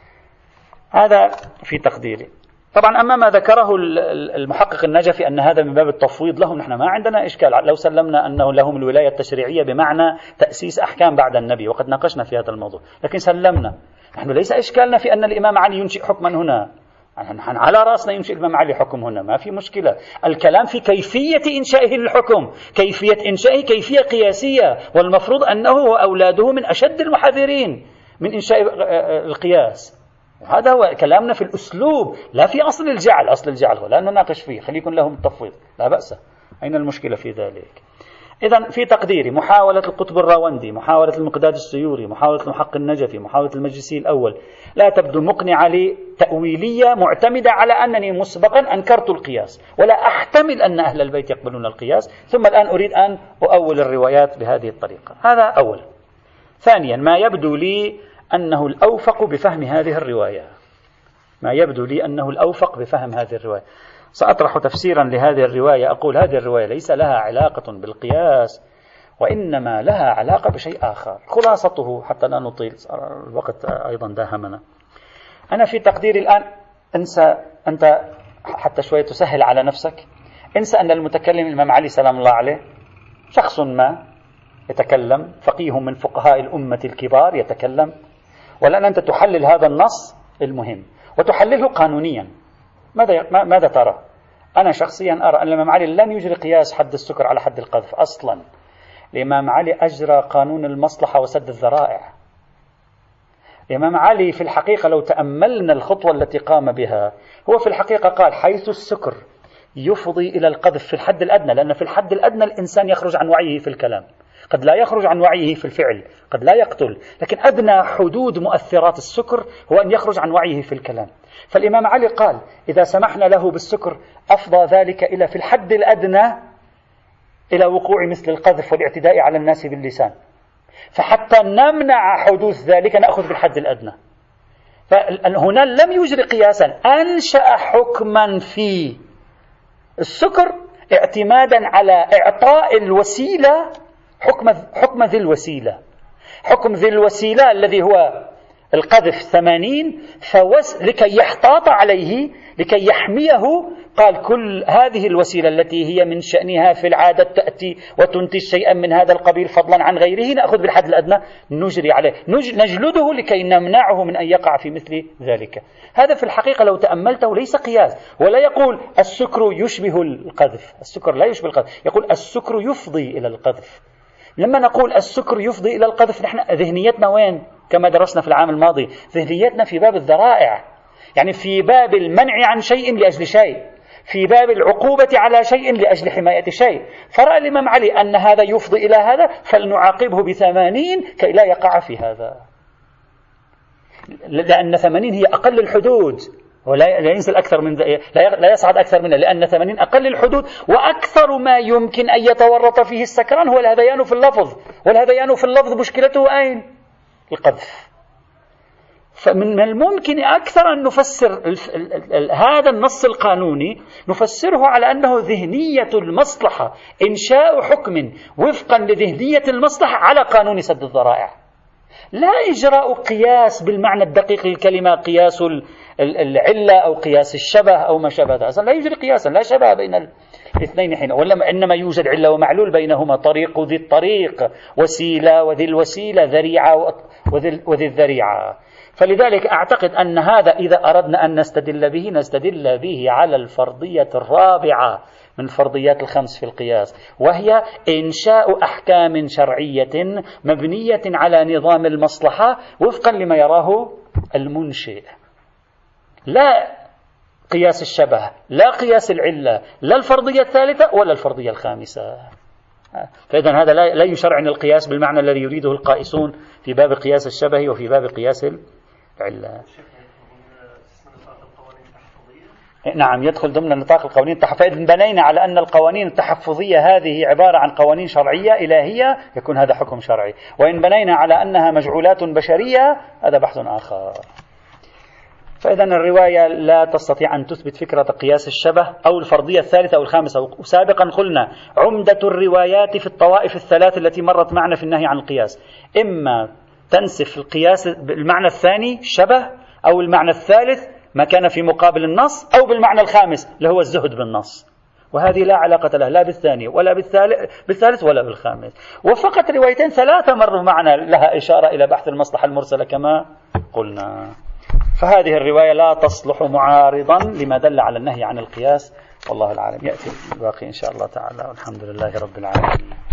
هذا في تقديري. طبعا أما ما ذكره المحقق النجفي أن هذا من باب التفويض لهم، نحن ما عندنا إشكال لو سلمنا أنه لهم الولاية التشريعية بمعنى تأسيس أحكام بعد النبي، وقد ناقشنا في هذا الموضوع، لكن سلمنا. نحن ليس إشكالنا في أن الإمام علي ينشئ حكما هنا، نحن على رأسنا ينشئ الإمام علي حكم هنا، ما في مشكلة. الكلام في كيفية إنشائه للحكم، كيفية إنشائه كيفية قياسية، والمفروض أنه وأولاده من أشد المحذرين من إنشاء القياس. هذا هو كلامنا في الأسلوب، لا في أصل الجعل. أصل الجعل ولا نناقش فيه، خليكم لهم التفويض، لا بأس. أين المشكلة في ذلك؟ إذن في تقديري محاولة القطب الراوندي، محاولة المقداد السيوري، محاولة المحقق النجفي، محاولة المجلسي الأول لا تبدو مقنعة لي تأويلية معتمدة على أنني مسبقا أنكرت القياس، ولا أحتمل أن أهل البيت يقبلون القياس، ثم الآن أريد أن أؤول الروايات بهذه الطريقة. هذا أولا. ثانيا ما يبدو لي أنه الأوفق بفهم هذه الرواية، ما يبدو لي أنه الأوفق بفهم هذه الرواية. سأطرح تفسيرا لهذه الرواية، أقول هذه الرواية ليس لها علاقة بالقياس، وإنما لها علاقة بشيء آخر. خلاصته حتى لا نطيل، الوقت أيضا داهمنا. أنا في تقديري الآن انسى، أنت حتى شوية تسهل على نفسك، انسى أن المتكلم الإمام علي سلام الله عليه شخص ما يتكلم، فقيه من فقهاء الأمة الكبار يتكلم، ولأن أنت تحلل هذا النص المهم وتحلله قانونيا. ماذا ماذا ترى؟ أنا شخصيا أرى أن الإمام علي لم يجري قياس حد السكر على حد القذف أصلا. الإمام علي أجرى قانون المصلحة وسد الذرائع. الإمام علي في الحقيقة لو تأملنا الخطوة التي قام بها، هو في الحقيقة قال حيث السكر يفضي إلى القذف في الحد الأدنى، لأن في الحد الأدنى الإنسان يخرج عن وعيه في الكلام، قد لا يخرج عن وعيه في الفعل، قد لا يقتل، لكن أدنى حدود مؤثرات السكر هو أن يخرج عن وعيه في الكلام. فالإمام علي قال إذا سمحنا له بالسكر أفضى ذلك إلى في الحد الأدنى إلى وقوع مثل القذف والاعتداء على الناس باللسان، فحتى نمنع حدوث ذلك نأخذ بالحد الأدنى. فهنا لم يجري قياسا، أنشأ حكما في السكر اعتمادا على إعطاء الوسيلة حكم حكم ذي الوسيلة، حكم ذي الوسيلة الذي هو القذف ثمانين، فوس لكي يحتاط عليه، لكي يحميه، قال كل هذه الوسيلة التي هي من شأنها في العادة تأتي وتنتج شيئا من هذا القبيل فضلا عن غيره نأخذ بالحد الأدنى نجري عليه، نجلده لكي نمنعه من أن يقع في مثل ذلك. هذا في الحقيقة لو تأملته ليس قياس، ولا يقول السكر يشبه القذف، السكر لا يشبه القذف، يقول السكر يفضي إلى القذف. لما نقول السكر يفضي إلى القذف نحن ذهنيتنا وين؟ كما درسنا في العام الماضي، ذهنيتنا في باب الذرائع، يعني في باب المنع عن شيء لأجل شيء، في باب العقوبة على شيء لأجل حماية شيء. فرأى الإمام علي أن هذا يفضي إلى هذا فلنعاقبه بثمانين كي لا يقع في هذا، لأن ثمانين هي أقل الحدود، ولا ينزل أكثر من لا يصعد أكثر منها، لأن ثمانين أقل الحدود، وأكثر ما يمكن أن يتورط فيه السكران هو الهذيان في اللفظ، والهذيان في اللفظ مشكلته أين؟ القذف. فمن الممكن أكثر أن نفسر هذا النص القانوني، نفسره على أنه ذهنية المصلحة، إنشاء حكم وفقا لذهنية المصلحة على قانون سد الذرائع. لا إجراء قياس بالمعنى الدقيق للكلمة، قياس العلة أو قياس الشبه أو ما شابه ذلك، أصلا لا يوجد قياسا، لا شبه بين الاثنين حين، ولا إنما يوجد علة ومعلول بينهما، طريق وذي الطريق، وسيلة وذي الوسيلة، ذريعة وذي, وذي الذريعة. فلذلك أعتقد أن هذا إذا أردنا أن نستدل به نستدل به على الفرضية الرابعة من الفرضيات الخمس في القياس، وهي إنشاء أحكام شرعية مبنية على نظام المصلحة وفقا لما يراه المنشئ، لا قياس الشبه، لا قياس العلة، لا الفرضية الثالثة ولا الفرضية الخامسة. فإذا هذا لا يشرعن القياس بالمعنى الذي يريده القائسون في باب قياس الشبه وفي باب قياس العلة. نعم، يدخل ضمن نطاق القوانين التحفظية. فإذا بنينا على أن القوانين التحفظية هذه عبارة عن قوانين شرعية إلهية يكون هذا حكم شرعي، وإن بنينا على أنها مجعولات بشرية هذا بحث آخر. فإذا الرواية لا تستطيع أن تثبت فكرة قياس الشبه أو الفرضية الثالثة أو الخامسة. وسابقا قلنا عمدة الروايات في الطوائف الثلاث التي مرت معنا في النهي عن القياس إما تنسف القياس بالمعنى الثاني شبه، أو المعنى الثالث ما كان في مقابل النص، أو بالمعنى الخامس اللي هو الزهد بالنص، وهذه لا علاقة لها لا بالثاني ولا بالثالث, بالثالث ولا بالخامس. وفقط روايتين ثلاثة مروا معنا لها إشارة إلى بحث المصلحة المرسلة كما قلنا. فهذه الرواية لا تصلح معارضا لما دل على النهي عن القياس، والله العالم. يأتي الباقي إن شاء الله تعالى، والحمد لله رب العالمين.